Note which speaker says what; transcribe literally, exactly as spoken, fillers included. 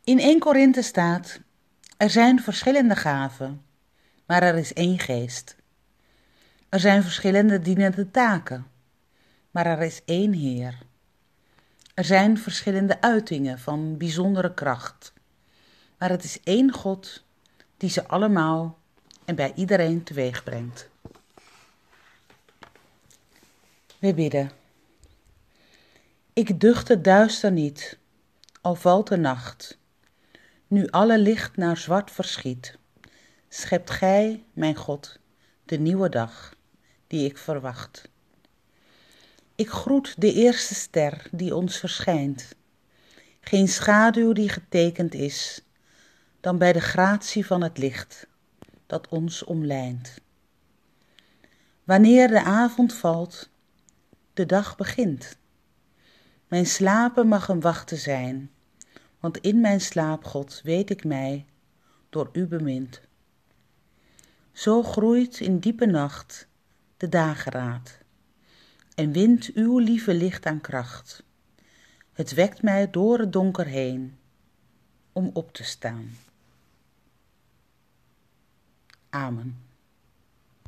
Speaker 1: In eerste Korinthe staat: er zijn verschillende gaven, maar er is één geest. Er zijn verschillende dienende taken, maar er is één Heer. Er zijn verschillende uitingen van bijzondere kracht, maar het is één God die ze allemaal en bij iedereen teweeg brengt. We bidden. Ik ducht het duister niet, al valt de nacht. Nu alle licht naar zwart verschiet, schept gij, mijn God, de nieuwe dag die ik verwacht. Ik groet de eerste ster die ons verschijnt, geen schaduw die getekend is, dan bij de gratie van het licht dat ons omlijnt. Wanneer de avond valt, de dag begint. Mijn slapen mag een wachten zijn, want in mijn slaap, God, weet ik mij door u bemind. Zo groeit in diepe nacht de dageraad en wint uw lieve licht aan kracht. Het wekt mij door het donker heen om op te staan. Amen.